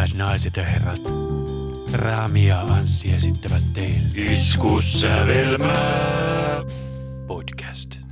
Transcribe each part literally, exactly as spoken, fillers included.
Hyvät naiset ja herrat, Rami ja Anssi esittävät teille Iskussävelmää podcast.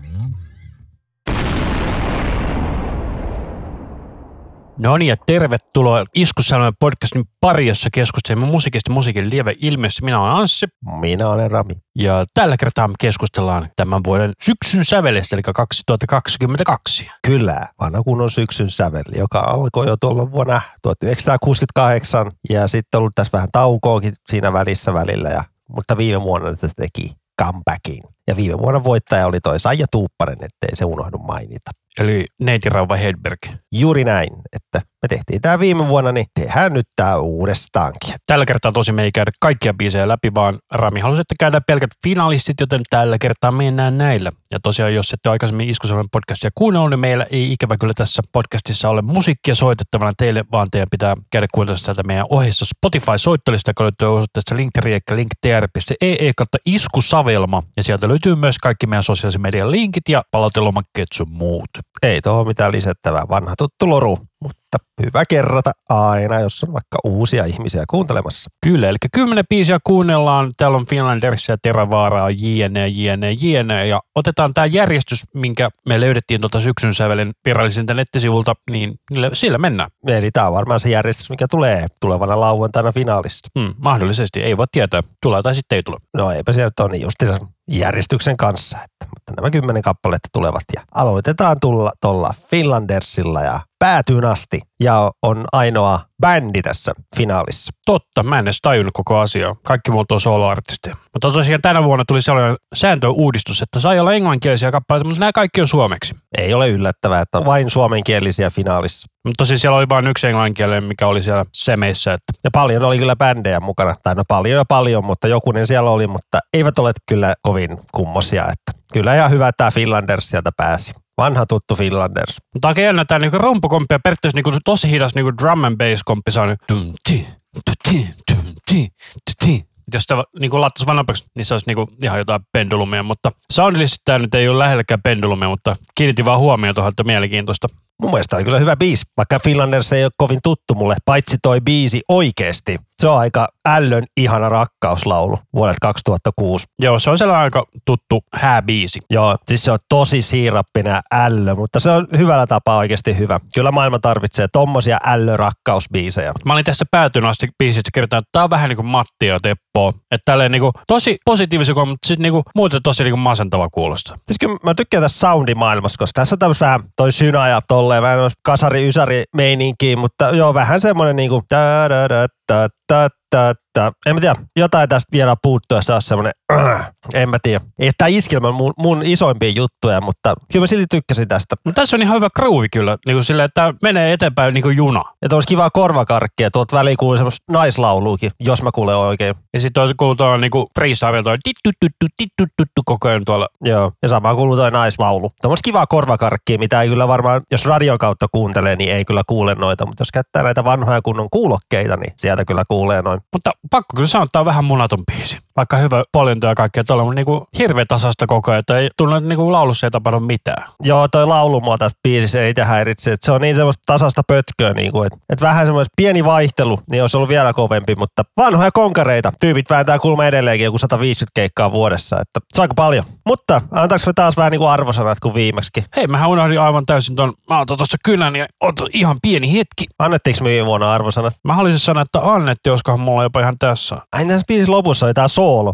No niin, ja tervetuloa Iskussävelmää podcastin pari, jossa keskustelemme musiikista musiikin lieve ilmiössä. Minä olen Anssi. Minä olen Rami. Ja tällä kertaa me keskustellaan tämän vuoden syksyn sävelestä, eli kaksituhattakaksikymmentäkaksi. Kyllä, vanha kunnon syksyn säveli, joka alkoi jo tuolla vuonna tuhatyhdeksänsataakuusikymmentäkahdeksan ja sitten ollut tässä vähän taukoakin siinä välissä välillä, ja, mutta viime vuonna se teki comebackin. Ja viime vuonna voittaja oli toi Saija Tuuppanen, ettei se unohdu mainita. Eli Neiti Rauva Hedberg. Juuri näin, että me tehtiin tämä viime vuonna, niin tehdään nyt tämä uudestaankin. Tällä kertaa tosi me ei käydä kaikkia biisejä läpi, vaan Rami halusi, että käydään pelkät finalistit, joten tällä kertaa mennään näillä. Ja tosiaan, jos ette aikaisemmin Iskussävelmän podcastia kuunnellut, niin meillä ei ikävä kyllä tässä podcastissa ole musiikkia soitettavana teille, vaan teidän pitää käydä kuuntelemaan täältä meidän ohjeessa Spotify-soittolista, joka löytyy osoitteesta linktiriekkä linktr piste e e kautta iskusavelma. Ja sieltä löytyy myös kaikki meidän sosiaalisen median linkit ja palautelomakkeet sun muut. Ei tuohon mitään lisättävää, vanha tuttu loru, mutta hyvä kerrata aina, jos on vaikka uusia ihmisiä kuuntelemassa. Kyllä, eli kymmenen biisiä kuunnellaan. Täällä on Finlandersia, Teravaaraa, jne, jne, jne. Ja otetaan tämä järjestys, minkä me löydettiin tuota syksyn sävelen virallisilta nettisivulta, niin sillä mennään. Eli tämä on varmaan se järjestys, mikä tulee tulevana lauantaina finaalista. Hmm, mahdollisesti, ei voi tietää. Tulee tai sitten ei tule. No eipä se nyt ole niin just järjestyksen kanssa, että, mutta nämä kymmenen kappaletta tulevat ja aloitetaan tulla tuolla Finlandersilla ja päätyyn asti ja on ainoa bändi tässä finaalissa. Totta, mä en edes tajunnut koko asiaa. Kaikki muut on solo-artisteja. Mutta tosiaan tänä vuonna tuli sellainen sääntöuudistus, että sai olla englanninkielisiä kappaleita, mutta nämä kaikki on suomeksi. Ei ole yllättävää, että on vain suomenkielisiä finaalissa. Mutta tosiaan siellä oli vain yksi englanninkielinen, mikä oli siellä semeissä. Että... Ja paljon oli kyllä bändejä mukana. Tai no paljon ja paljon, mutta jokunen siellä oli, mutta eivät ole kyllä kovin kummosia. Että kyllä ihan hyvä, että tämä Finlanders sieltä pääsi. Vanha tuttu Finlanders. Mutta aika jännä, tämä niinku rompokomppi ja periaatteessa niinku tosi hidas niinku drum and bass komppi saa nyt. Jos sitä niinku laittaisi vaan nopeaksi, niin se olisi niinku ihan jotain pendulumia, mutta soundillisesti tämä nyt ei ole lähelläkään pendulumia, mutta kiinnitin vaan huomioon tuohon, että mielenkiintoista. Mun mielestä oli kyllä hyvä biisi, vaikka Finlanders ei ole kovin tuttu mulle, paitsi toi biisi oikeesti. Se on aika ällön ihana rakkauslaulu vuodelta kaksituhattakuusi. Joo, se on sellainen aika tuttu hääbiisi. Joo, siis se on tosi siirappinen ja ällö, mutta se on hyvällä tapaa oikeasti hyvä. Kyllä maailma tarvitsee tommosia ällö-rakkausbiisejä. Mä olin tässä päätynyt asti biisistä kertaan, että tää on vähän niin kuin Matti ja Teppo. Että tälleen niin kuin tosi positiivisia, mutta sitten niin kuin muuten tosi niin kuin masentava kuulosta. Siis kyllä mä tykkään tästä soundimaailmasta, koska tässä on tämmöistä vähän toi synä ja tolleen, vähän kasari-ysäri meininkiä, mutta joo, vähän semmoinen niin kuin en mä tiedä, jotain tästä vielä puuttuu ja se on semmoinen, äh, en mä tiedä. Ei tää iskelmä on mun, mun isoimpia juttuja, mutta kyllä mä silti tykkäsin tästä. No tässä on ihan hyvä groove kyllä, niin kuin silleen, että menee eteenpäin niin kuin juna. Ja tuolla olisi kivaa korvakarkkia, tuolta väliin kuuluu semmoista naislauluukin, jos mä kuulen oikein. Ja sitten kuuluu tuolla niin kuin friissaarilla tittu koko ajan tuolla. Joo, ja samaan kuuluu toi naislaulu. Tuolla kivaa korvakarkkia, mitä ei kyllä varmaan, jos radion kautta kuuntelee, niin ei kyllä kuule noita, mutta jos käyttää näitä vanhoja kunnon kuulokkeita, niin sieltä kyllä kuulee noin. Mutta pakko kyllä sanoa, että tämä on vähän munaton biisi. Vaikka hyvä poljunto ja kaikkea tuolla, mutta niinku hirveä tasasta koko ajan, että ei tunnu, että niinku laulussa ei tapahdu mitään. Joo, toi laulu mua tässä biisissä ei itse häiritse. Se on niin semmoista tasasta pötköä, niinku, että et vähän semmoista pieni vaihtelu, niin olisi ollut vielä kovempi, mutta vanhoja konkareita. Tyypit vääntää kulma edelleenkin joku sata viisikymmentä keikkaa vuodessa, että se on aika paljon. Mutta antaako me taas vähän niinku arvosanat kuin viimeksi? Hei, mähän unohdin aivan täysin ton, mä otan tuossa kynän ja otan ihan pieni hetki. Annettiinko me viime vuonna arvosanat? Mä haluaisin sanoa, että annettiin, olisikohan mulla jopa ihan tässä. Ai näissä biisissä lopussa oli tää soolo.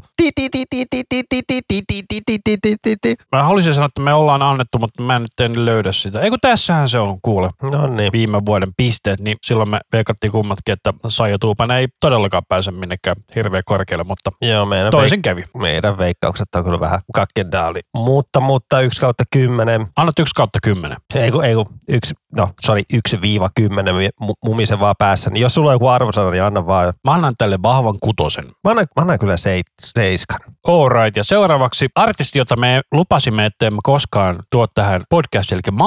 Mä haluaisin sanoa, että me ollaan annettu, mutta mä en nyt en löydä sitä. Ei kun tässähän se on, kuule. No niin. Viime vuoden pisteet, niin silloin me veikattiin kummatkin, että Saija Tuupanen ei todellakaan pääse minnekään hirveän korkealle, mutta joo, meidän toisen veik- kävi. Meidän veikkaukset on kyllä vähän kakkendaali. Mutta, mutta yksi kautta kymmenen. Annat yksi kautta kymmenen. Ei kun, ei kun yksi, no sori, yksi viiva kymmenen mumisen vaan päässä. Niin jos sulla on joku arvosana, niin anna vaan. Mä annan tälle vahvan kutosen. Mä annan, mä annan kyllä seit, seiskan. All right, ja seuraavaksi artisti, jota me lupasimme, ettei me koskaan tuo tähän podcastiin, eli Mamba.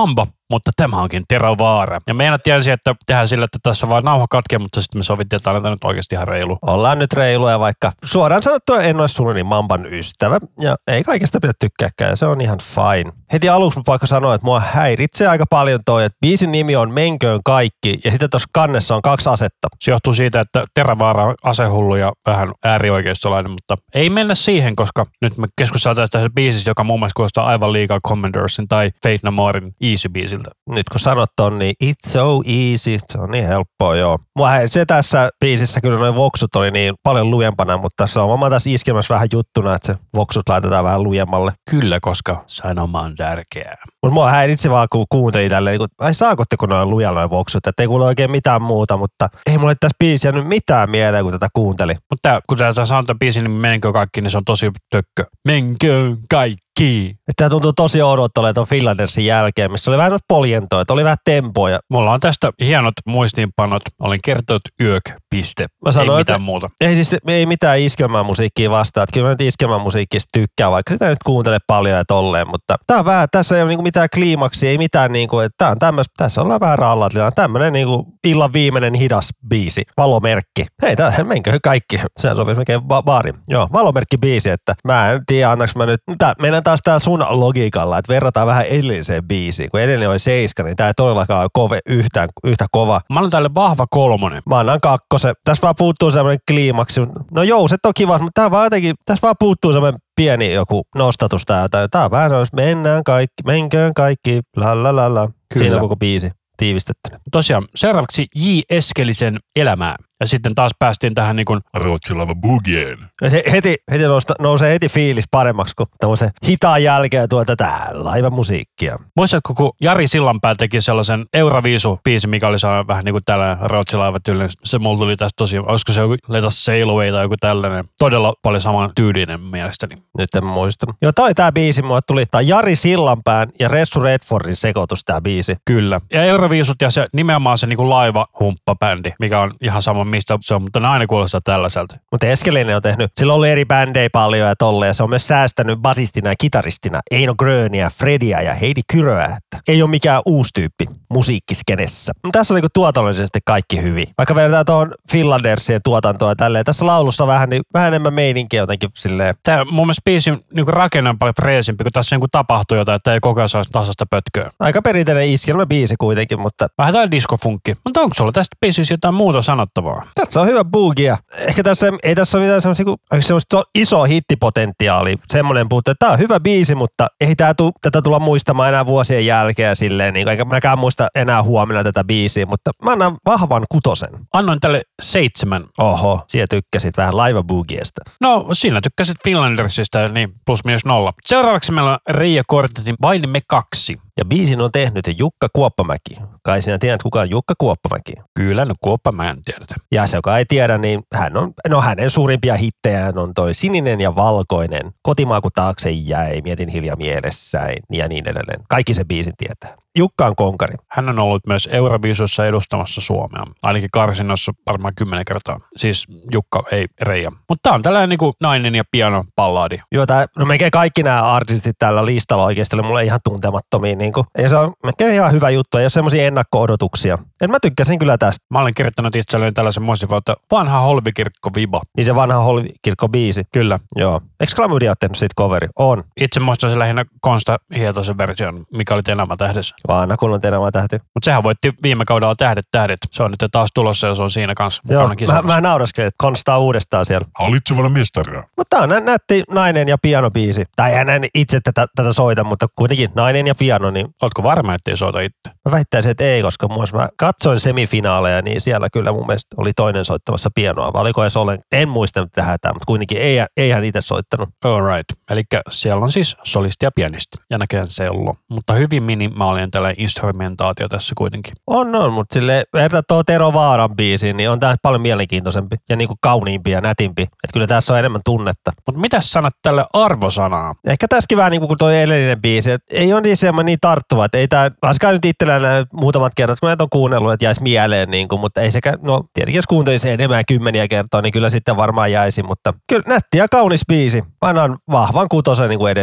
mutta tämä onkin Tero Vaara. Ja meidän tiesi, että tehdään sillä, että tässä vaan nauha katkee, mutta sitten me sovittiin, että annetaan nyt oikeasti ihan reilu. Ollaan nyt reiluja, vaikka suoraan sanottuna en ole sulle niin Mamban ystävä ja ei kaikesta pidä tykkääkään ja se on ihan fine. Heti aluksi mä vaikka sanoin, että mua häiritsee aika paljon toi, että biisin nimi on Menköön kaikki ja sitten tuossa kannessa on kaksi asetta. Se johtuu siitä, että Tero Vaara on asehullu ja vähän äärioikeistolainen, mutta ei mennä siihen, koska nyt me keskustellaan tästä biisistä, joka muun muassa kuulostaa aivan liikaa Commodorsin tai Faith No Morein Easy-biisiltä. Nyt kun sanot on, niin it's so easy. Se on niin helppoa, joo. Mua häiritsee tässä biisissä kyllä noin voksut oli niin paljon lujempana, mutta tässä on mä tässä iskemässä vähän juttuna, että se voksut laitetaan vähän lujemmalle. Kyllä, koska sanoma on tärkeää. Mutta mua häiritsi vaan, kun kuuntelin tälleen, niin ai saakotte kun noin lujalla noin voksut, että ei kuule oikein mitään muuta, mutta ei mulle tässä biisiä nyt mitään mieleen, kun tätä kuuntelin. Mutta kun sä sanot tämän biisin, niin Menkö kaikki, niin se on tosi tökkö. Menkö kaikki. Tämä tuntuu tosi oudolta olemaan tuon Finlandersin jälkeen, missä oli vähän poljentoa, että oli vähän tempoa. Mulla on tästä hienot muistiinpanot. Olen kertonut yök, piste. Mä sanoin, ei mitään muuta. Ei siis ei mitään iskelmämusiikkia vastaan. Että kyllä mä nyt iskelmämusiikista tykkään, vaikka sitä nyt kuuntele paljon ja tolleen. Mutta tää on vähän, tässä ei ole niinku mitään kliimaksia, ei mitään niinku, että tää on tämmöistä, tässä ollaan vähän rallatilla. Tämmönen niinku illan viimeinen hidas biisi, valomerkki. Hei, tää menkö kaikki. Se sopisi melkein baari. Joo, valomerkki biisi, että mä en tiedä, annaks mä nyt, tää, mennään taas tää sun logiikalla, että verrataan vähän edelliseen biisiin. Kun edellinen oli seiska, niin tää ei todellakaan ole kove, yhtään, yhtä kova. Mä annan tälle vahva kolmonen. Mä annan kakkosen. Tässä vaan puuttuu semmoinen kliimaksi. No jouset on kiva, mutta tää vaan jotenkin, tässä vaan puuttuu semmoinen pieni joku nostatus tää. Tää on vähän semmoinen, mennään kaikki, menköön kaikki, la la la la. Siinä on koko biisi tiivistettynä. Tosiaan, seuraavaksi J. Eskelisen Elämää. Ja sitten taas päästiin tähän niin kuin Ruotsilava Boogien. Ja se heti, heti nousta, nousee heti fiilis paremmaksi, kun tämmöisen hitaan jälkeen tuo tätä laivamusiikkia. Muistatko, kun Jari Sillanpää teki sellaisen Euraviisu-biisi, mikä oli vähän niin kuin tällainen Ruotsilaiva tyylinen. Se mulla tuli tästä tosi, olisiko se joku Let Us Sail Away tai joku tällainen. Todella paljon saman tyylinen mielestäni. Nyt en muista. Joo, tää oli tää biisi, mulle tuli tää Jari Sillanpään ja Ressu Redfordin sekoitus tää biisi. Kyllä. Ja Euraviisut ja se nimenomaan se niin kuin laiva-humppabändi, mikä on ihan sama mistä se on, mutta ne aina kuulostaa tällaiselta. Mutta Eskelinen on tehnyt, sillä on ollut eri bändejä paljon ja tolleen, ja se on myös säästänyt basistina ja kitaristina Eino Gröniä, Fredia ja Heidi Kyröä, että ei ole mikään uusi tyyppi musiikkiskenessä. Tässä on niinku tuotannollisesti kaikki hyvin. Vaikka verrataan tuohon Finlandersien tuotantoa ja tälleen, tässä laulussa on vähän, niin, vähän enemmän meininkiä jotenkin silleen. Tämä mun mielestä biisin niinku rakenne on paljon freesimpi, kun tässä niinku tapahtuu jotain, että ei koko ajan saa tasasta pötköä. Aika perinteinen iskelmäbiisi kuitenkin, mutta vähän tää diskofunkki. Mutta onko sulla tästä biisissä jotain muuta sanottavaa? Tässä on hyvä boogia. Ehkä tässä ei tässä ole mitään semmoista, semmoista iso hittipotentiaali. Semmoinen puuttuu, että tämä on hyvä biisi, mutta ei tää tu, tätä tulla muistamaan enää vuosien jälkeen silleen. Niin, eikä mäkään muista enää huomenna tätä biisiä, mutta mä annan vahvan kutosen. Annoin tälle seitsemän. Oho, siellä tykkäsit vähän laiva boogiesta. No, siinä tykkäsit Finlandersista, niin plus minus nolla. Seuraavaksi meillä on Reija Kortetin Vain me kaksi. Ja biisin on tehnyt Jukka Kuoppamäki. Kai sinä tiedät, kuka on Jukka Kuoppamäki? Kyllä, no Kuoppamäen tiedetä. Ja se, joka ei tiedä, niin hän on, no hänen suurimpia hittejään on toi Sininen ja Valkoinen. Kotimaa kun taakse jäi, mietin hiljaa mielessäin ja niin edelleen. Kaikki se biisin tietää. Jukka on konkari. Hän on ollut myös Euraviisussa edustamassa Suomea. Ainakin karsinnossa varmaan kymmenen kertaa. Siis Jukka, ei Reija. Mutta tää on tällainen niin kuin nainen ja piano balladi. Joo, tää, no melkein kaikki nämä artistit tällä listalla oikeasti oli mulle ihan tuntemattomia. Niin kuin. Ja se on melkein ihan hyvä juttu. Ei ole semmoisia ennakko-odotuksia. En mä tykkäsin kyllä tästä. Mä olen kirjoittanut itselleni tällaisen muistin, että vanha Holvikirkko-viba. Niin se vanha Holvikirkko-biisi. Kyllä. Joo. Eikö Klamydia ole tehnyt siitä coveri? On. Itse muistan sen lähinnä Konsta Hietosen version, mikä oli Tenama tähdessä. Vanha kunnon Tenama tähty. Mutta sehän voitti viime kaudella Tähdet tähdet. Se on nyt taas tulossa ja se on siinä kanssa Joo, mukana kisassa. Mä, mä nauraskelin, että Konsta on uudestaan siellä. Hallitsevana mestarina. Mutta tää on nä- nätti nainen ja pianobiisi. Tai en en itse tätä, tätä soita, mutta kuitenkin nainen ja piano. Niin ootko varma, ettei soita itse? Mä väittäisin, että ei, koska muun mä katsoin semifinaaleja, niin siellä kyllä mun mielestä oli toinen soittamassa pianoa. Vai oliko edes olen, en muistanut tähän tämän, mutta kuitenkin ei, ei hän itse soittanut. All right. Eli siellä on siis solisti ja pianisti ja näköjään sello. Mutta hyvin minimaalinen tällainen instrumentaatio tässä kuitenkin. On, on, mutta silleen vertaa tuo Tero Vaaran biisiin, niin on tämä paljon mielenkiintoisempi ja niin kuin kauniimpi ja nätimpi. Että kyllä tässä on enemmän tunnetta. Mutta mitäs sanat tälle arvosanaa? Ehkä tässäkin vähän niin kuin tuo edellinen biisi, että ei ole niin semmoinen niin tarttuva, että ei tämä, varsinkaan nyt itsellään muutamat kerrat, kun näitä on kuunnellut, että jäisi mieleen, niin kuin, mutta ei sekä, no tietenkin jos kuuntelisi enemmän kymmeniä kertaa, niin kyllä sitten varmaan jäisi, mutta kyllä nätti ja kaunis biisi. Mä annan vahvan kutosen niin kuin edelleen.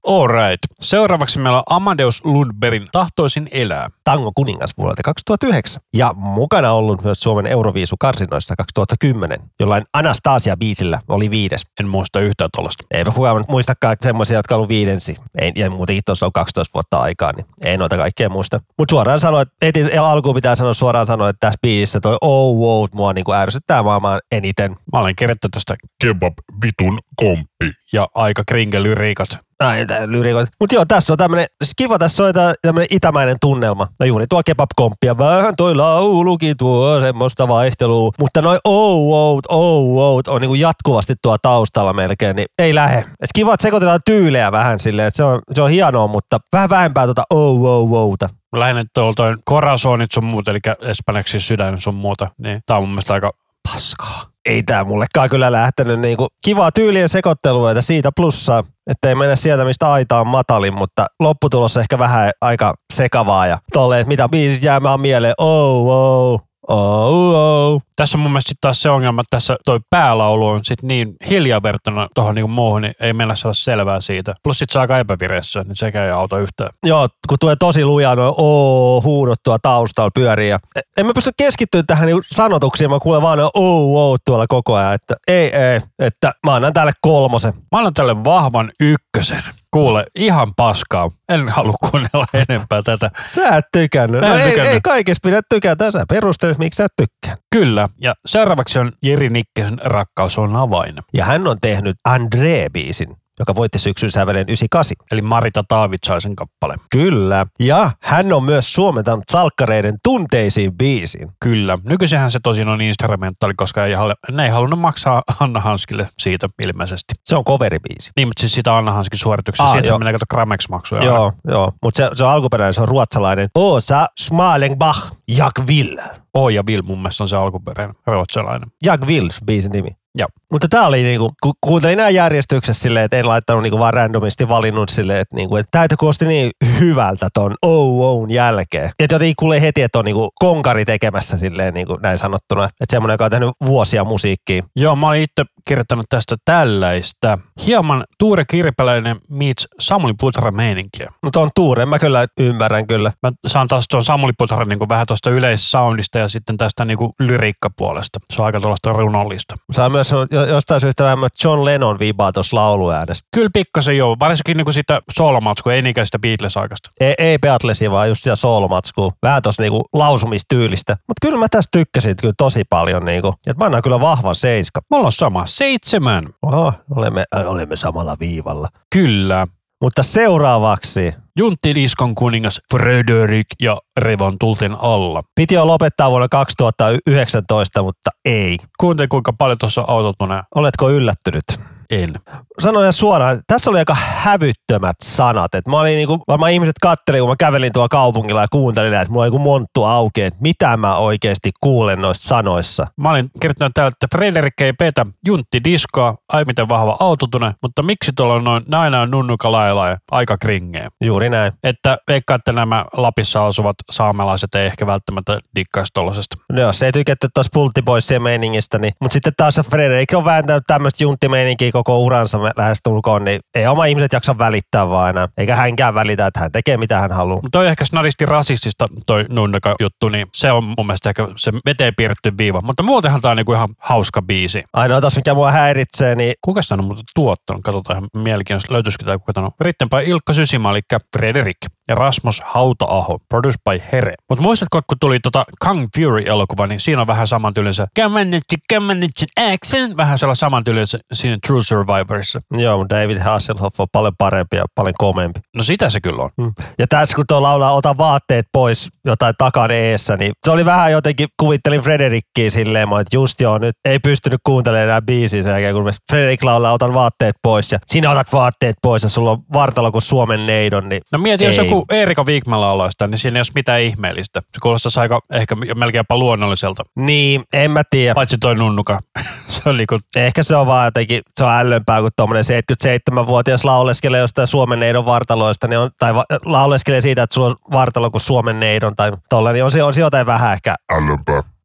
Alright. Seuraavaksi meillä on Amadeus Lundbergin Tahtoisin elää. Tango kuningas vuodelta kaksituhattayhdeksän. Ja mukana ollut myös Suomen Euroviisu-karsinoissa kaksituhattakymmenen, jollain Anastasia-biisillä oli viides. En muista yhtään tuollaista. Eipä kukaan muistakaan semmoisia, jotka on ollut viidensi. Ei, ja muutenkin tuossa on kaksitoista vuotta aikaa, niin ei noita kaikkea muista. Mutta suoraan sanoa, että heti alkuun pitää sanoa suoraan sanoa, että tässä biisissä toi oh wow mua niinku ärsyttää maailmaan eniten. Mä olen kirjoittanut tästä kebab vitun komppi ja aika kringelyriikat. Ai, lyrikoita. Mutta joo, tässä on tämmönen, siis kiva tässä on tämmönen itämäinen tunnelma. No juuri tuo kebab-komppi ja vähän toi laulukin tuo semmoista vaihtelua. Mutta noi oh wow, oh wow on niinku jatkuvasti tuo taustalla melkein, niin ei lähe. Et kiva, että sekoitetaan tyylejä vähän silleen, että se on, se on hienoa, mutta vähän vähempää tuota oh wow wowta. Lähinnä tuolla toi corazonit sun muuta, eli espanjaksi sydän sun muuta, niin tää on mun mielestä aika paskaa. Ei tää mullekaan kyllä lähtenyt niinku kivaa tyylien sekoittelua ja siitä plussaa, ettei mennä sieltä mistä aita on matalin, mutta lopputulos ehkä vähän aika sekavaa ja tolleen, että mitä biisit jäämään mieleen, oh oh, oh oh. Tässä on mun mielestä taas se ongelma, että tässä toi päälaulu on sit niin hiljaa verrattuna tuohon niinku muuhun, niin ei meillä saa selvää siitä. Plus sit se on aika epävireessä, niin sekä ei auta yhtään. Joo, kun tulee tosi lujaa noin oo huudottua taustalla pyörii ja en mä pysty keskittyä tähän niinku sanotuksiin, mä kuulen vaan noin oo oo tuolla koko ajan, että ei ei, että mä annan tälle kolmosen. Mä annan tälle vahvan ykkösen. Kuule, ihan paskaa. En halua kuunnella enempää tätä. Sä et tykännyt. No en ei, tykännyt. ei kaikessa pidä tykätä. Sä perustelet, miksi sä et tykkää. Kyllä. Ja seuraavaksi on Jeri Nikkisen Rakkaus on avain. Ja hän on tehnyt André-biisin, joka voitti syksyn sävelen yhdeksänkymmentäkahdeksan. Eli Marita Taavitsaisen kappale. Kyllä. Ja hän on myös suomentanut salkkareiden tunteisiin biisin. Kyllä. Nykyisinhän se tosin on instrumentaali, koska ei, ne ei halunnut maksaa Anna Hanskille siitä ilmeisesti. Se on coveribiisi. Niin, mutta siis sitä Anna Hanskin suorituksessa. Siitä se menee kato Gramex-maksuja. Joo, joo. Mutta se, se on alkuperäinen, se on ruotsalainen. Åsa Smalenbach, Jag vill. O ja Vil mun mielestä on se alkuperäinen ruotsalainen. Jag vill, biisin nimi. Joo. Mutta tää oli niinku, kun kuuntelin nää järjestyksessä silleen, että en laittanut niinku vaan randomisti valinnut silleen, että niinku, että tää kuulosti niin hyvältä ton oh ohn jälkeen. Että jotenkin kuulee heti, että on niinku konkari tekemässä silleen niinku näin sanottuna. Että semmoinen, joka on tehnyt vuosia musiikkia. Joo, mä olin itse kirjoittanut tästä tällaista. Hieman Tuure Kirpeläinen meets Samuli Putra meininkiä. Mutta on Tuure, mä kyllä ymmärrän kyllä. Mä saan taas tuon Samuli Putra niinku vähän tuosta yleissoundista ja sitten tästä niinku lyriikkapuolesta. Se on aika tuollaista runollista. Saa myös jostain syystä vähän John Lennon viibaa tuossa lauluäänestä. Kyllä pikkasen joo, varsinkin niinku sitä soolomatskua, ei niinkään sitä Beatles-aikaista. Ei, ei Beatlesia, vaan just siellä soolomatskua. Vähän tuossa niinku lausumistyylistä. Mutta kyllä mä tästä tykkäsin kyllä tosi paljon. Niinku. Ja mä annan kyllä vahvan seiska. Me ollaan sama, seitsemän. Oho, olemme, äh, olemme samalla viivalla. Kyllä. Mutta seuraavaksi Juntti Diskon kuningas Fredrik ja Revon tulten alla. Piti jo lopettaa vuonna kaksituhattayhdeksäntoista, mutta ei. Kuuntelin kuinka paljon tuossa autotuneen. Oletko yllättynyt? En. Sanoin suoraan, tässä oli aika hävyttömät sanat. Et mä olin niinku, varmaan ihmiset katteli, kun mä kävelin tuolla kaupungilla ja kuuntelin, että mulla oli niinku monttu auki, että mitä mä oikeasti kuulen noista sanoissa. Mä olin kirjoittanut täällä, että Frederik ei petä Juntti Diskoa, ai miten vahva autotune, mutta miksi tuolla on noin naina on nunnuka lailla ja aika kringeä. Juuri näin. Että veikkaa, että nämä Lapissa asuvat saamelaiset ei ehkä välttämättä dikkaisi tollasesta. No jos ei tykätty tuossa pulttipoissien meiningistä, niin. Mutta sitten taas Frederik on vääntänyt tämmöistä junttimeininkiä koko uransa lähestulkoon, niin ei oma ihmiset jaksa välittää vaan enää. Eikä hänkään välitä, että hän tekee mitä hän haluaa. Mutta toi ehkä snadisti rasistista toi nunnuka juttu, niin se on mun mielestä ehkä se veteen piirretty viiva. Mutta muutenhan tää on niinku ihan hauska biisi. Ainoa taas mikä mua häiritsee, niin kuka sitä on muuten tuottanut? Katsotaan ihan mielenkiintoista. Löytyisikö tämä kuka tämän on? Rittenpä Ilkka Sysimä, eli Frederik. Ja Rasmus Hauta-aho, produced by Here. Mutta muistatko, kun tuli tota Kung Fury-elokuva, niin siinä on vähän samantyylinen Community, community action. Vähän sellainen samantyylinen siinä True Survivorissa. Joo, mutta David Hasselhoff on paljon parempi ja paljon komeampi. No sitä se kyllä on. Hmm. Ja tässä kun tuo laulaa Ota vaatteet pois jotain takan eessä, niin se oli vähän jotenkin, kuvittelin Frederikkiä silleen, että just joo, nyt ei pystynyt kuuntelemaan enää biisiä sen jälkeen, kun Frederik laulaa Otan vaatteet pois ja sinä otat vaatteet pois ja sulla on vartalo kuin Suomen neidon, niin no mieti, jos joku Eerika Wigman laulaa sitä, niin siinä ei ole mitään ihmeellistä. Se kuulostaisi aika ehkä melkeinpä luonnolliselta. Niin, en mä tiedä. Paitsi toi nunnuka. Se on niinku ehkä se on vaan jotenkin, se on ällömpää, kun tuommoinen seitsemänkymmentäseitsemänvuotias lauleskelee jostain Suomen neidon vartaloista, niin on, tai va- lauleskelee siitä, että sulla on vartalo kuin Suomen neidon tai tolla, niin on se, on se jotain vähän ehkä ällömpää.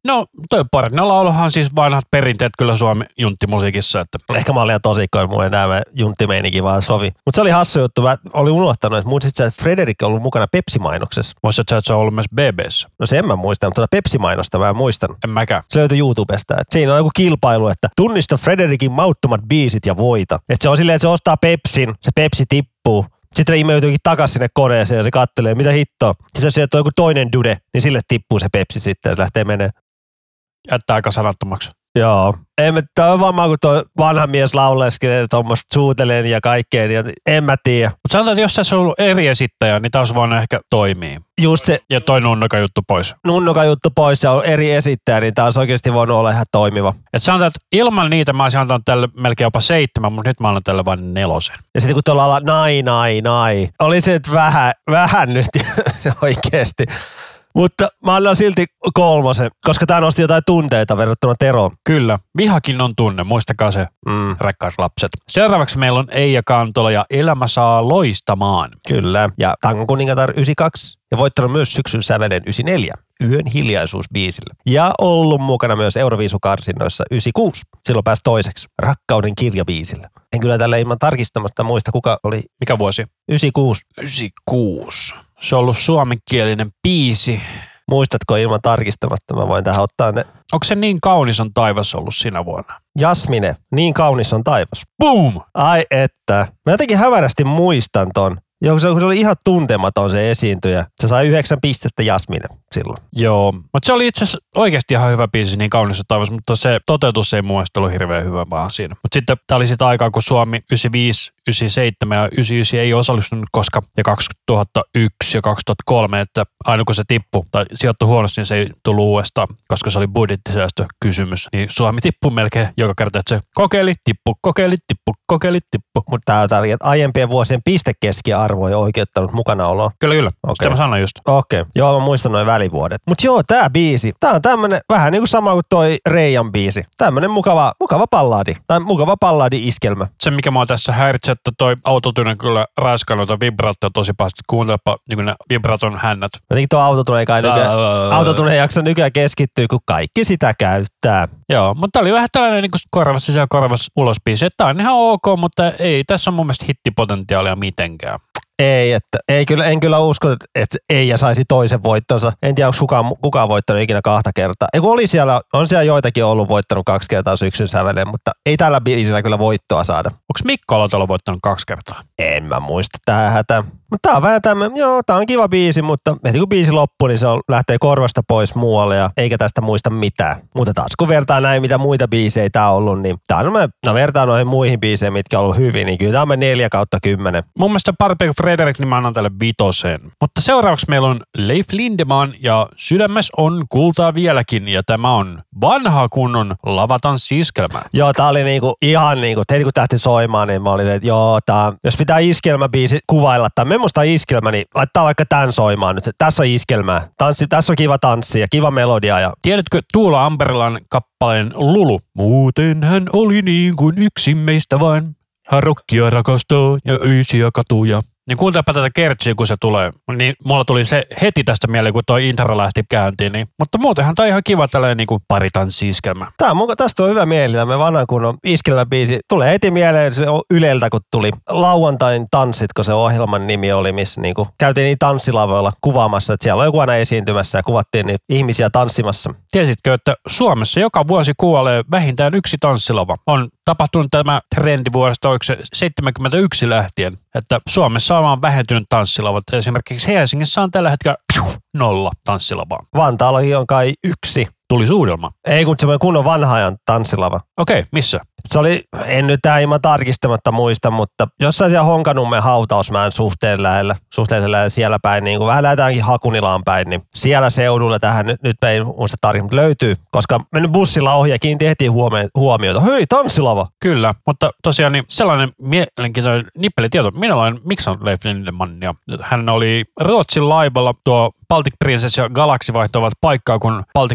No toi Parina-lauluhan on siis vanhat perinteet kyllä Suomen junttimusiikissa. Että... Ehkä mä olin ihan tosikkoin, mulle nämä junttimeinikin vaan sovi. Mutta se oli hassu juttu, mä olin unohtanut, että muistit sä, että Frederik on ollut mukana Pepsi-mainoksessa. Muistat sä, että se on ollut myös B B:ssä? No se en mä muista, mutta tuota Pepsi-mainosta mä en muistanut. En mäkään. Se löytyi YouTubesta. Että siinä on joku kilpailu, että tunnista Frederikin mauttomat biisit ja voita. Että se on silleen, että se ostaa Pepsin, se Pepsi tippuu. Sitten imeytyykin takaisin sinne koneeseen ja se kattelee, mitä hittoa. Sitten jos sieltä on joku toinen dude, niin sille tippuu se Pepsi sitten ja se lähtee menee. Jättää aika sanattomaksi. Joo. Ei, tämä on varmaan, kun tuo vanha mies lauleskelee tuommoista suuteleen ja kaikkeen, niin en mä tiedä. Mutta sanotaan, että jos tässä on ollut eri esittäjä, niin taas vaan ehkä toimii. Just se. Ja toi nunnoka juttu pois. Nunnoka juttu pois ja on eri esittäjä, niin taas oikeasti voinut olla ihan toimiva. Et sanotaan, että ilman niitä mä olisin antanut tälle melkein jopa seitsemän, mutta nyt mä annan tälle vain nelosen. Ja sitten kun tuolla ollaan nai, nai, nai. Oli se nyt vähän, vähän nyt oikeasti. Mutta mä annan silti kolmosen, koska tää nosti jotain tunteita verrattuna Teroon. Kyllä, vihakin on tunne, muistakaa se, mm. rakkaat lapset. Seuraavaksi meillä on Eija Kantola ja Elämä saa loistamaan. Kyllä, ja Tangon kuningatar yhdeksänkymmentäkaksi ja voittanut myös syksyn sävelen yhdeksänkymmentäneljä. Yön hiljaisuusbiisillä. Ja ollut mukana myös Euroviisukarsinnoissa yhdeksänkymmentäkuusi. Silloin pääsi toiseksi Rakkauden kirjabiisillä. En kyllä tällä ilman tarkistamasta muista, kuka oli. Mikä vuosi? yhdeksänkymmentäkuusi. yhdeksänkymmentäkuusi. Se on ollut suomenkielinen biisi. Muistatko ilman tarkistamatta? Mä voin tähän ottaa ne. Onko se Niin kaunis on taivas ollut sinä vuonna? Jasmine, Niin kaunis on taivas. Boom! Ai että. Mä jotenkin hämärästi muistan ton. Joo, se oli ihan tuntematon se esiintyjä. Se sai yhdeksän pistettä Jasmine silloin. Joo, mutta se oli itse asiassa oikeasti ihan hyvä biisi, Niin kaunis on taivas, mutta se toteutus ei mun mielestä ollut hirveän hyvä vaan siinä. Mutta sitten tää oli sitä aikaa, kun Suomi yhdeksänkymmentäviisi, yhdeksänkymmentäseitsemän ja yhdeksänkymmentäyhdeksän ei osallistunut koskaan ja kaksituhattayksi ja kaksituhattakolme, että aina kun se tippui tai sijoittui huonosti, niin se ei tullut uudestaan, koska se oli budjettisäästökysymys. Niin Suomi tippui melkein joka kerta, että se kokeili, tippu, kokeili, tippu, kokeili, tippu. Mutta tää on tärkeää, että aiempien vuosien pistekeskiarvo ei oikeuttanut mukanaoloa. Kyllä, kyllä. Okay. Sitä mä sanoin just. Okei. Okay. Joo, mä muistan noin välivuodet. Mutta joo, tää biisi, tää on tämmönen vähän niin kuin sama kuin toi Reijan biisi. Tämmönen mukava, mukava palladi. Tai mukava palladi-iskelmä. Se, mikä mua tässä häiritsee, että toi autotune kyllä raiskaa noita vibraattoja tosi pahasti. Kuuntelepa niin ne vibraton hännät. Jotenkin tuo autotune ei kai nykyään, autotune ei jaksa nykyään keskittyä, kun kaikki sitä käyttää. Joo, mutta tää oli vähän tällainen niin kuin korvas sisään korvas ulos biisi. Tää on ihan ok, mutta ei tässä on mun mielestä hittipotentiaalia mitenkään. Ei, että ei kyllä, en kyllä usko, että, että Eija saisi toisen voittonsa. En tiedä, onko kukaan, kukaan voittanut ikinä kahta kertaa. Eiku oli siellä, on siellä joitakin ollut voittanut kaksi kertaa syksyn säveleen, mutta ei tällä biisillä kyllä voittoa saada. Onko Mikko Alatalo voittanut kaksi kertaa? En mä muista tähän hätään. Mutta tää on vähän tämmöinen, joo, tää on kiva biisi, mutta heti kun biisi loppuu, niin se on, lähtee korvasta pois muualle ja eikä tästä muista mitään. Mutta taas kun vertaa näin, mitä muita biisejä tää on ollut, niin tää on, no vertaan noihin muihin biiseihin, mitkä on ollut hyvin, niin kyllä tää on neljä kautta kymmenen. Mun mielestä parempi kuin Frederik, niin mä annan tälle vitosen. Mutta seuraavaksi meillä on Leif Lindeman ja Sydämes on kultaa vieläkin ja tämä on vanha kunnon lavatanssiskelmä. Joo, tää oli niinku ihan niinku, heti kun tähti soimaan, niin mä olin, että joo, tää, jos pitää iskelmäbiisi kuvailla, tai semmoista iskelmä, niin laittaa vaikka tän soimaan nyt. Tässä on iskelmää. Tanssi, tässä on kiva tanssi ja kiva melodia. Ja... Tiedätkö Tuula Amberilan kappaleen Lulu? Muuten hän oli niin kuin yksin meistä vain. Hän rokkia rakastaa ja öisiä katuja. Niin kuuntelepa tätä kertsiä, kun se tulee. Niin mulla tuli se heti tästä mieleen, kun toi intro lähti käyntiin. Niin. Mutta muutenhan tää on ihan kiva tällainen niin kuin paritanssi-iskelmä. Tää on, tästä on hyvä mieli, tämä vanhan kunnon iskelmäbiisi. Tulee heti mieleen se Yleltä, kun tuli Lauantain tanssit, kun se ohjelman nimi oli, missä niin kuin käytiin niin tanssilavoilla kuvaamassa. Että siellä on joku aina esiintymässä ja kuvattiin niitä ihmisiä tanssimassa. Tiesitkö, että Suomessa joka vuosi kuolee vähintään yksi tanssilava? On tapahtunut tämä trendi vuodesta, oliko se seitsemänkymmentäyksi lähtien, että Suomessa on vaan vähentynyt tanssilavat. Esimerkiksi Helsingissä on tällä hetkellä nolla tanssilavaa. Vantaallakin on kai yksi. Tuli Suudelma. Ei, kun semmoinen kunnon vanha ajan tanssilava. Okei, okay, missä? Se oli, en nyt tämä ilman tarkistamatta muista, mutta jossain siellä Honkanummen hautausmäen suhteen lähellä, suhteellisen lähellä siellä päin, niin kuin vähän lähdetäänkin Hakunilaan päin, niin siellä seudulla tähän nyt, nyt ei muista tarkistamata löytyy, koska mennyt bussilla ohi ja kiinnitin heti huomiota. Hei, tanssilava! Kyllä, mutta tosiaan niin sellainen mielenkiintoinen nippelitieto. Minä olen Mikson Leif Lindeman ja hän oli Ruotsin laivalla tuo Baltic Princess ja Galaxy vaihtoivat paikkaa, kun Baltic Princess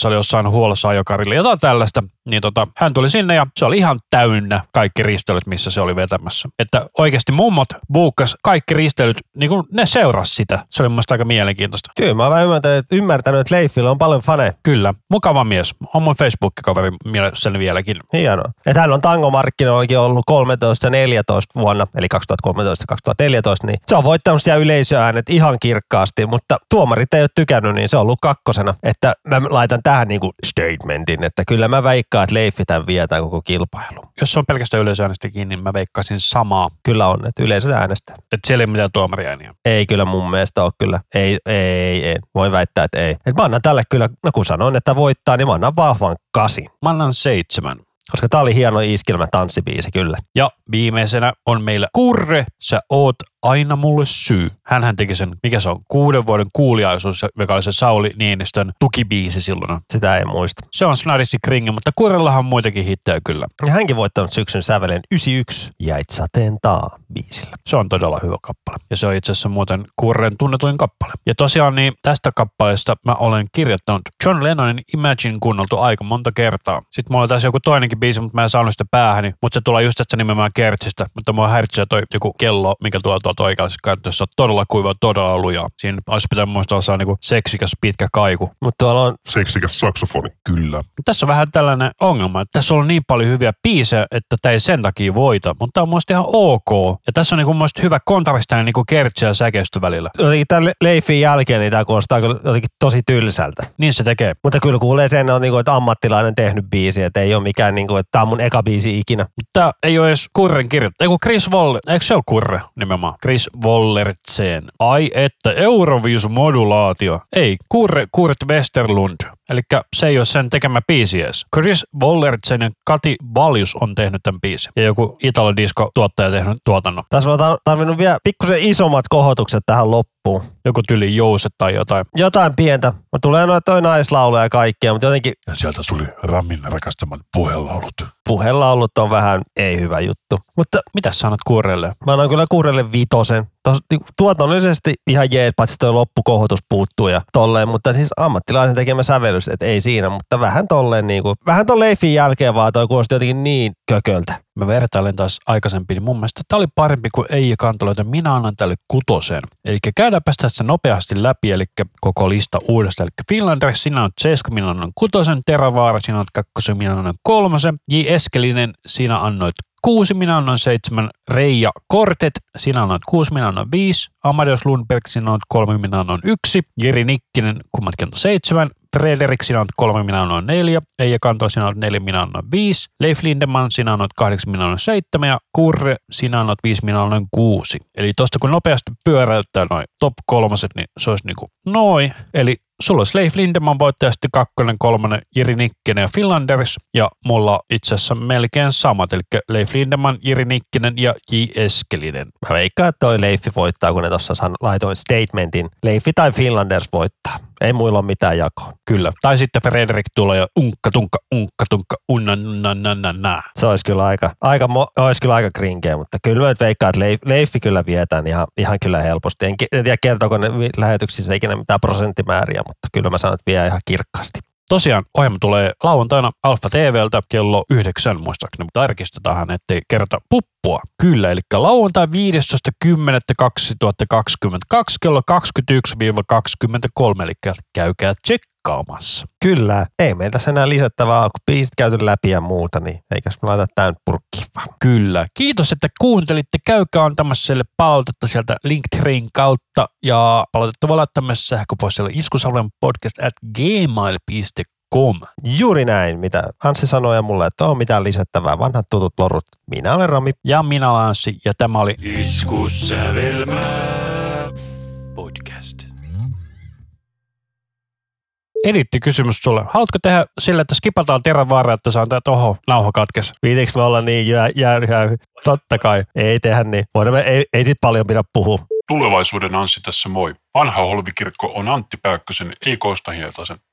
se oli jossain huollossa ajokarille, jotain tällaista. Niin tota, hän tuli sinne ja se oli ihan täynnä kaikki risteilyt, missä se oli vetämässä. Että oikeasti mummot buukkas kaikki risteilyt, niin kuin ne seurasi sitä. Se oli mun mielestä aika mielenkiintoista. Kyllä, mä oon vähän ymmärtänyt, ymmärtänyt että Leifillä on paljon faneja. Kyllä, mukava mies. On mun Facebook-kaveri mielessäni vieläkin. Hienoa. Että hän on tangomarkkinoillakin ollut kolmetoista ja neljätoista vuonna, eli kaksituhattakolmetoista kaksituhattaneljätoista, niin se on voittanut siellä yleisöäänet ihan kirkkaasti, mutta tuomarit ei ole tykännyt, niin se on ollut kakkosena. Että mä laitan tähän niinku statementin, että kyllä mä veikkaan, että Leifi tämän vietään koko kilpailu. Jos se on pelkästään yleisöäänestä kiinni, niin mä veikkaisin samaa. Kyllä on, että yleisö äänestää. Että siellä ei mitään tuomariääniä. Ei kyllä mun mielestä ole kyllä. Ei, ei, ei. Voin väittää, että ei. Et mä annan tälle kyllä, no kun sanon, että voittaa, niin mä annan vahvan kasi. Mä annan seitsemän. Koska tää oli hieno iskelmä tanssibiisi kyllä. Ja viimeisenä on meillä Kurre, sä oot aina mulle syy. Hänhän teki sen, mikä se on, kuuden vuoden kuuliaisuus, joka oli se Sauli Niinistön tukibiisi silloin. Sitä ei muista. Se on Snarissi Kringi, mutta Kurrellahan on muitakin hittejä kyllä. Ja hänkin voittanut syksyn sävelen yhdeksänkymmentäyksi Jäit sateen taa biisillä. Se on todella hyvä kappale. Ja se on itse asiassa muuten Kurren tunnetuin kappale. Ja tosiaan niin tästä kappaleesta mä olen kirjoittanut John Lennonin Imagine kuunneltu aika monta kertaa. Sitten mulla on tässä joku toinenkin biisi, mutta mä en saanut sitä päähäni. Mutta se tulee just tästä nimenomaan Kertsistä. Mutta mua häiritsee toi joku kello, mikä tulee tuolta oikeassa käytössä. Todella kuiva, todella lujaa. Siinä olisi pitänyt muistaa saa niinku seksikäs pitkä kaiku. Mutta tuolla on seksikäs saksofoni. Kyllä. Tässä on vähän tällainen ongelma, että tässä on niin paljon hyviä biisejä, että tämä ei sen takia voita. Mutta tämä on mun ihan ok. Ja tässä on niinku mun hyvä kontrastinen niinku Kertsi ja säkeistö välillä. Jotenkin tämän Leifin jälkeen niin tämä kuulostaa jotenkin tosi tylsältä. Niin se tekee. Mutta kyllä kuulee sen, on niinku, että ammattilainen tehnyt biisi, että ei ole mikään, niinku, että tämä on mun eka biisi ikinä. Tämä ei ole edes Kurren kirjoittaa. Eiku Chris Woller, eikö se ole Kurre nimenomaan? Chris Wollertsen. Ai että Euroviisu-modulaatio. Ei, Kurre Kurt Westerlund. Eli se ei ole sen tekemä biisi edes. Chris Wollertsen ja Kati Valjus on tehnyt tämän biisin. Ja joku Italo-disco-tuottaja tehnyt tuotannon. Tässä on tarvinnut vielä pikkusen isommat kohotukset tähän loppuun. Joku tyli jouset tai jotain. Jotain pientä. Mä tulee noin toi naislauluja ja kaikkea, mutta jotenkin... Ja sieltä tuli Ramin rakastaman puhelaulut. Puhelaulut on vähän ei hyvä juttu. Mutta mitäs sanot Kurrelle? Mä annan kyllä Kurrelle vitosen. Tos, tuotannollisesti ihan jees, paitsi toi loppukohotus puuttuu ja tolleen, mutta siis ammattilaisen tekemä sävellys, että ei siinä, mutta vähän tolleen niinku, vähän ton Leifin jälkeen vaan toi kuulosti jotenkin niin kököltä. Mä vertailen taas aikaisempi, niin mun mielestä tää oli parempi kuin Eija Kantola, joten minä annan tälle kutosen. Eli käydäänpä tässä nopeasti läpi, eli koko lista uudestaan. Eli Finlander, sinä on seitsemän, minä annan kutosen, Teravaara, sinä on kakkosen, minä annan kolmosen, J. Eskelinen, sinä annoit kuusi, minä annan seitsemän, Reija Kortet, sinä annoit kuusi, minä annan viisi, Amadeus Lundberg, sinä annoit kolme, minä annan yksi, Jeri Nikkinen, kummatkin annoit seitsemän, Frederik, sinä annoit kolme, minä annoin neljä, Eija Kantola, sinä annoit neljä, minä annoin viisi, Leif Lindeman, sinä annoit kahdeksan, minä annoin seitsemän ja Kurre, sinä annoit viisi, minä annoin kuusi. Eli tosta kun nopeasti pyöräyttää noin top kolmoset, niin se olisi niinku noin. Eli sulla olisi Leif Lindeman voittaja, sitten kakkonen, kolmonen, Jiri Nikkinen ja Finlanders. Ja mulla itse asiassa melkein samat, eli Leif Lindeman, Jiri Nikkinen ja J. Eskelinen. Mä veikkaan, että toi Leifi voittaa, kun ne tuossa laitoin statementin. Leifi tai Finlanders voittaa. Ei muilla ole mitään jakoa. Kyllä. Tai sitten Frederik tulee ja unkka, tunkka, unkka, tunkka, unna, na, na, na, na. Se olisi kyllä aika, aika, olisi kyllä aika krinkeä, mutta kyllä mä nyt veikkaan, että Leif, Leifi kyllä vietään ihan, ihan kyllä helposti. En, en tiedä, kertooko ne lähetyksissä ikinä mitään prosenttimääriä, mutta kyllä mä sanon, että vie ihan kirkkaasti. Tosiaan ohjelma tulee lauantaina Alfa T V:ltä kello yhdeksän muistaakseni. Tarkistetaan, ettei kerta puppua. Kyllä, eli lauantai viidestoista kymmenettä kaksituhattakaksikymmentäkaksi kello kaksikymmentäyksi kaksikymmentäkolme, eli käykää tsekkaamassa. Kyllä, ei meillä tässä enää lisättävää, kun biisit käyty läpi ja muuta, niin eikös me laita tämän purkkiin vaan. Kyllä. Kiitos, että kuuntelitte. Käykää antamassa sille palautetta sieltä Linktrain kautta ja palautetta voi laittaa myös sähköpostilla iskusalven podcast at gmail piste com. Juuri näin, mitä Anssi sanoi ja mulle, että on mitään lisättävää. Vanhat tutut lorut. Minä olen Rami. Ja minä olen Anssi ja tämä oli Iskussävelmää podcast. Edittikysymys sulle. Haluatko tehdä sillä, että skipataan Teravaara, että saan tää toho nauha katkes? Viitiinkö me olla niin jää, jää, jää. Totta kai. Ei tehdä niin. Voidaan me, ei, ei sit paljon pidä puhua. Tulevaisuuden Anssi tässä moi. Vanha Holvikirkko on Antti Pääkkösen, ei Koosta Hietasen.